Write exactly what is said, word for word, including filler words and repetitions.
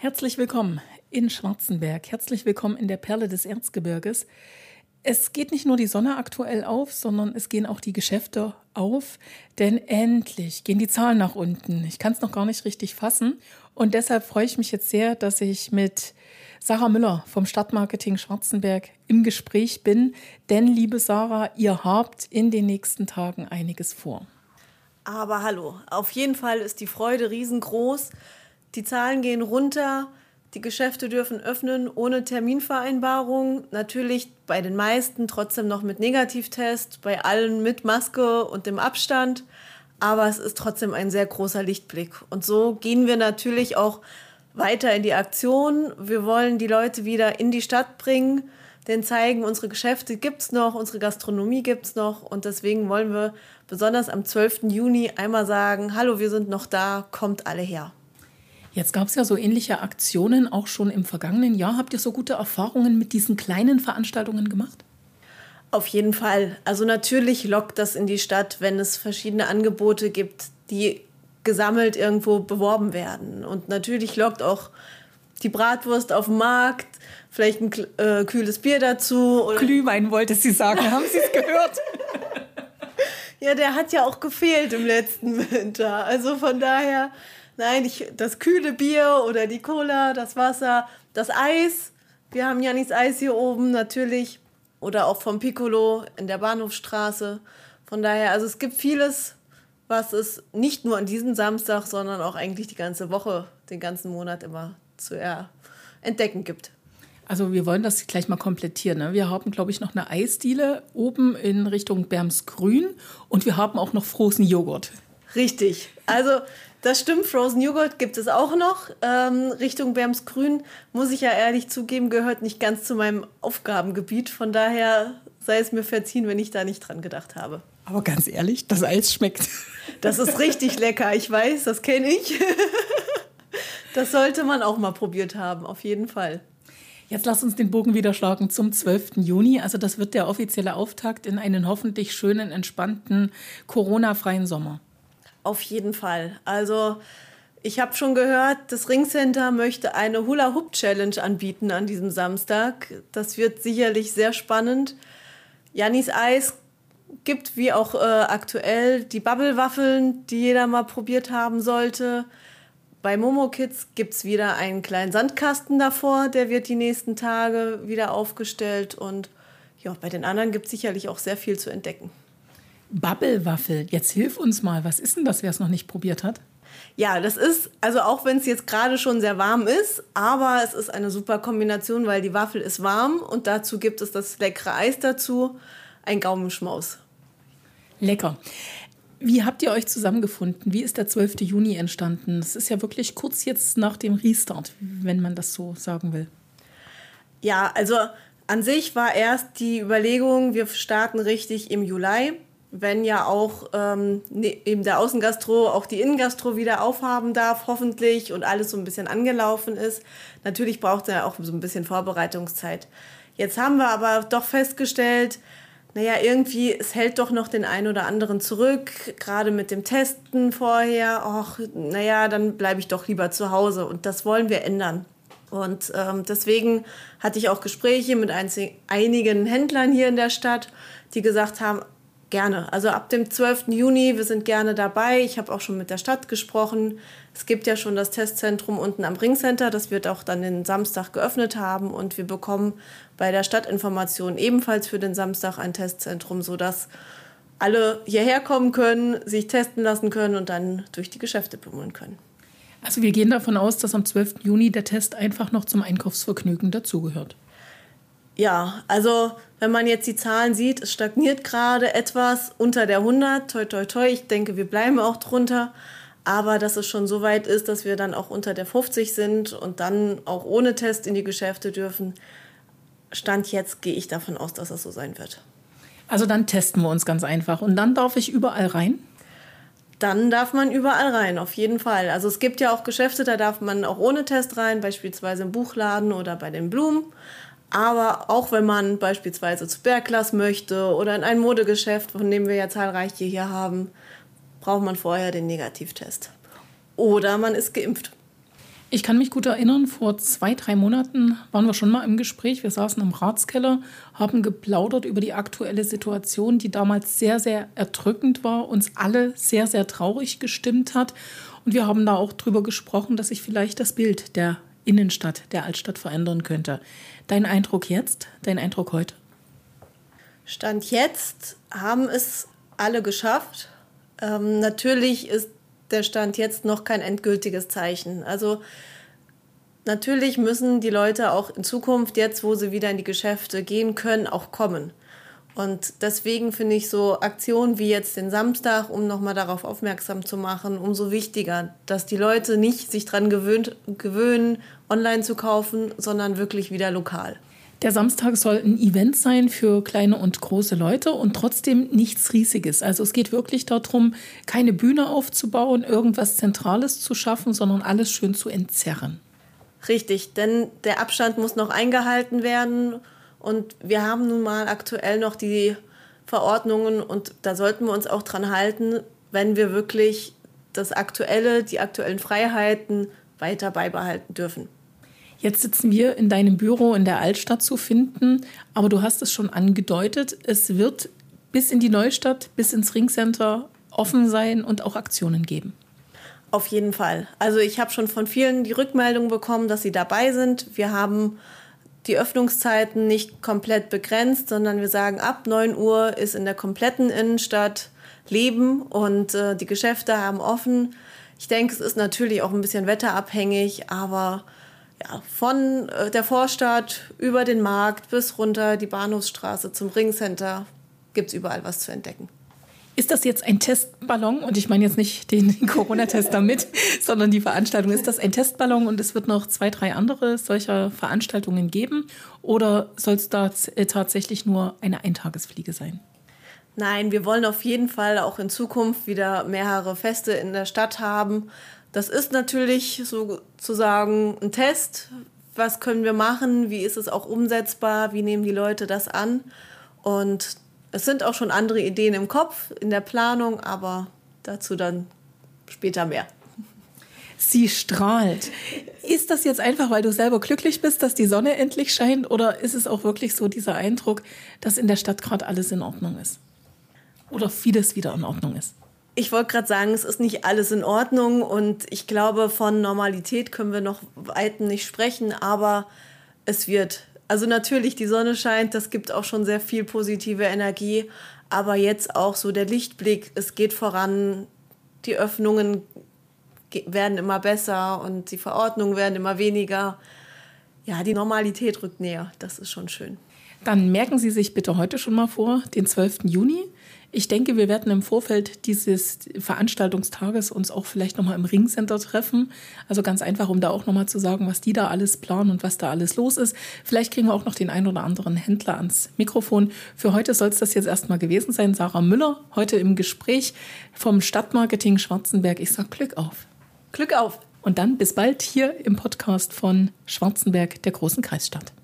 Herzlich willkommen in Schwarzenberg. Herzlich willkommen in der Perle des Erzgebirges. Es geht nicht nur die Sonne aktuell auf, sondern es gehen auch die Geschäfte auf. Denn endlich gehen die Zahlen nach unten. Ich kann es noch gar nicht richtig fassen. Und deshalb freue ich mich jetzt sehr, dass ich mit Sarah Müller vom Stadtmarketing Schwarzenberg im Gespräch bin. Denn, liebe Sarah, ihr habt in den nächsten Tagen einiges vor. Aber hallo, auf jeden Fall ist die Freude riesengroß. Die Zahlen gehen runter, die Geschäfte dürfen öffnen ohne Terminvereinbarung. Natürlich bei den meisten trotzdem noch mit Negativtest, bei allen mit Maske und dem Abstand. Aber es ist trotzdem ein sehr großer Lichtblick. Und so gehen wir natürlich auch weiter in die Aktion. Wir wollen die Leute wieder in die Stadt bringen, denen zeigen, unsere Geschäfte gibt's noch, unsere Gastronomie gibt's noch. Und deswegen wollen wir besonders am zwölften Juni einmal sagen, hallo, wir sind noch da, kommt alle her. Jetzt gab es ja so ähnliche Aktionen auch schon im vergangenen Jahr. Habt ihr so gute Erfahrungen mit diesen kleinen Veranstaltungen gemacht? Auf jeden Fall. Also natürlich lockt das in die Stadt, wenn es verschiedene Angebote gibt, die gesammelt irgendwo beworben werden. Und natürlich lockt auch die Bratwurst auf dem Markt, vielleicht ein äh, kühles Bier dazu. Oder Glühwein wollte sie sagen, haben Sie es gehört? Ja, der hat ja auch gefehlt im letzten Winter. Also von daher, nein, ich, das kühle Bier oder die Cola, das Wasser, das Eis. Wir haben Jannis Eis hier oben natürlich. Oder auch vom Piccolo in der Bahnhofstraße. Von daher, also es gibt vieles, was es nicht nur an diesem Samstag, sondern auch eigentlich die ganze Woche, den ganzen Monat immer zu ja, entdecken gibt. Also wir wollen das gleich mal komplettieren. Ne? Wir haben, glaube ich, noch eine Eisdiele oben in Richtung Bermsgrün und wir haben auch noch Frozen Joghurt. Richtig. Also das stimmt, Frozen Joghurt gibt es auch noch. Ähm, Richtung Bermsgrün, muss ich ja ehrlich zugeben, gehört nicht ganz zu meinem Aufgabengebiet. Von daher sei es mir verziehen, wenn ich da nicht dran gedacht habe. Aber ganz ehrlich, das Eis schmeckt. Das ist richtig lecker, ich weiß, das kenne ich. Das sollte man auch mal probiert haben, auf jeden Fall. Jetzt lass uns den Bogen wieder schlagen zum zwölften Juni. Also das wird der offizielle Auftakt in einen hoffentlich schönen, entspannten, Corona-freien Sommer. Auf jeden Fall. Also ich habe schon gehört, das Ringcenter möchte eine Hula-Hoop-Challenge anbieten an diesem Samstag. Das wird sicherlich sehr spannend. Jannis Eis gibt wie auch äh, aktuell die Bubble-Waffeln, die jeder mal probiert haben sollte. Bei Momo Kids gibt es wieder einen kleinen Sandkasten davor, der wird die nächsten Tage wieder aufgestellt. Und ja, bei den anderen gibt es sicherlich auch sehr viel zu entdecken. Bubble-Waffel, jetzt hilf uns mal. Was ist denn das, wer es noch nicht probiert hat? Ja, das ist, also auch wenn es jetzt gerade schon sehr warm ist, aber es ist eine super Kombination, weil die Waffel ist warm und dazu gibt es das leckere Eis dazu, ein Gaumenschmaus. Lecker. Wie habt ihr euch zusammengefunden? Wie ist der zwölfte Juni entstanden? Das ist ja wirklich kurz jetzt nach dem Restart, wenn man das so sagen will. Ja, also an sich war erst die Überlegung, wir starten richtig im Juli, wenn ja auch ähm, eben der Außengastro auch die Innengastro wieder aufhaben darf, hoffentlich, und alles so ein bisschen angelaufen ist. Natürlich braucht es ja auch so ein bisschen Vorbereitungszeit. Jetzt haben wir aber doch festgestellt, naja, irgendwie, es hält doch noch den einen oder anderen zurück, gerade mit dem Testen vorher. Ach, naja, dann bleibe ich doch lieber zu Hause. Und das wollen wir ändern. Und ähm, deswegen hatte ich auch Gespräche mit einzig, einigen Händlern hier in der Stadt, die gesagt haben, gerne. Also ab dem zwölften Juni, wir sind gerne dabei. Ich habe auch schon mit der Stadt gesprochen. Es gibt ja schon das Testzentrum unten am Ringcenter. Das wird auch dann den Samstag geöffnet haben. Und wir bekommen bei der Stadtinformation ebenfalls für den Samstag ein Testzentrum, sodass alle hierher kommen können, sich testen lassen können und dann durch die Geschäfte bummeln können. Also wir gehen davon aus, dass am zwölften Juni der Test einfach noch zum Einkaufsvergnügen dazugehört. Ja, also wenn man jetzt die Zahlen sieht, es stagniert gerade etwas unter der hundert, toi toi toi, ich denke, wir bleiben auch drunter, aber dass es schon so weit ist, dass wir dann auch unter der fünfzig sind und dann auch ohne Test in die Geschäfte dürfen, Stand jetzt gehe ich davon aus, dass das so sein wird. Also dann testen wir uns ganz einfach und dann darf ich überall rein? Dann darf man überall rein, auf jeden Fall. Also es gibt ja auch Geschäfte, da darf man auch ohne Test rein, beispielsweise im Buchladen oder bei den Blumen. Aber auch wenn man beispielsweise zu Berglas möchte oder in ein Modegeschäft, von dem wir ja zahlreiche hier haben, braucht man vorher den Negativtest. Oder man ist geimpft. Ich kann mich gut erinnern, vor zwei, drei Monaten waren wir schon mal im Gespräch. Wir saßen im Ratskeller, haben geplaudert über die aktuelle Situation, die damals sehr, sehr erdrückend war, uns alle sehr, sehr traurig gestimmt hat. Und wir haben da auch drüber gesprochen, dass sich vielleicht das Bild der Innenstadt, der Altstadt verändern könnte. Dein Eindruck jetzt, dein Eindruck heute? Stand jetzt haben es alle geschafft. Ähm, natürlich ist der Stand jetzt noch kein endgültiges Zeichen. Also natürlich müssen die Leute auch in Zukunft, jetzt wo sie wieder in die Geschäfte gehen können, auch kommen. Und deswegen finde ich so Aktionen wie jetzt den Samstag, um nochmal darauf aufmerksam zu machen, umso wichtiger, dass die Leute nicht sich daran gewöhnt, gewöhnen, online zu kaufen, sondern wirklich wieder lokal. Der Samstag soll ein Event sein für kleine und große Leute und trotzdem nichts Riesiges. Also es geht wirklich darum, keine Bühne aufzubauen, irgendwas Zentrales zu schaffen, sondern alles schön zu entzerren. Richtig, denn der Abstand muss noch eingehalten werden und wir haben nun mal aktuell noch die Verordnungen und da sollten wir uns auch dran halten, wenn wir wirklich das Aktuelle, die aktuellen Freiheiten weiter beibehalten dürfen. Jetzt sitzen wir in deinem Büro in der Altstadt zu finden, aber du hast es schon angedeutet, es wird bis in die Neustadt, bis ins Ringcenter offen sein und auch Aktionen geben. Auf jeden Fall. Also ich habe schon von vielen die Rückmeldung bekommen, dass sie dabei sind. Wir haben die Öffnungszeiten nicht komplett begrenzt, sondern wir sagen, ab neun Uhr ist in der kompletten Innenstadt Leben und äh, die Geschäfte haben offen. Ich denke, es ist natürlich auch ein bisschen wetterabhängig, aber ja, von äh, der Vorstadt über den Markt bis runter die Bahnhofsstraße zum Ringcenter gibt es überall was zu entdecken. Ist das jetzt ein Testballon? Und ich meine jetzt nicht den Corona-Test damit, sondern die Veranstaltung. Ist das ein Testballon und es wird noch zwei, drei andere solcher Veranstaltungen geben? Oder soll es da tatsächlich nur eine Eintagesfliege sein? Nein, wir wollen auf jeden Fall auch in Zukunft wieder mehrere Feste in der Stadt haben. Das ist natürlich sozusagen ein Test. Was können wir machen? Wie ist es auch umsetzbar? Wie nehmen die Leute das an? Und es sind auch schon andere Ideen im Kopf, in der Planung, aber dazu dann später mehr. Sie strahlt. Ist das jetzt einfach, weil du selber glücklich bist, dass die Sonne endlich scheint? Oder ist es auch wirklich so dieser Eindruck, dass in der Stadt gerade alles in Ordnung ist? Oder vieles wieder in Ordnung ist? Ich wollte gerade sagen, es ist nicht alles in Ordnung und ich glaube, von Normalität können wir noch weit nicht sprechen, aber es wird. Also natürlich, die Sonne scheint, das gibt auch schon sehr viel positive Energie, aber jetzt auch so der Lichtblick, es geht voran, die Öffnungen werden immer besser und die Verordnungen werden immer weniger. Ja, die Normalität rückt näher, das ist schon schön. Dann merken Sie sich bitte heute schon mal vor, den zwölften Juni. Ich denke, wir werden im Vorfeld dieses Veranstaltungstages uns auch vielleicht nochmal im Ringcenter treffen. Also ganz einfach, um da auch nochmal zu sagen, was die da alles planen und was da alles los ist. Vielleicht kriegen wir auch noch den einen oder anderen Händler ans Mikrofon. Für heute soll es das jetzt erstmal gewesen sein. Sarah Müller, heute im Gespräch vom Stadtmarketing Schwarzenberg. Ich sage Glück auf. Glück auf. Und dann bis bald hier im Podcast von Schwarzenberg, der großen Kreisstadt.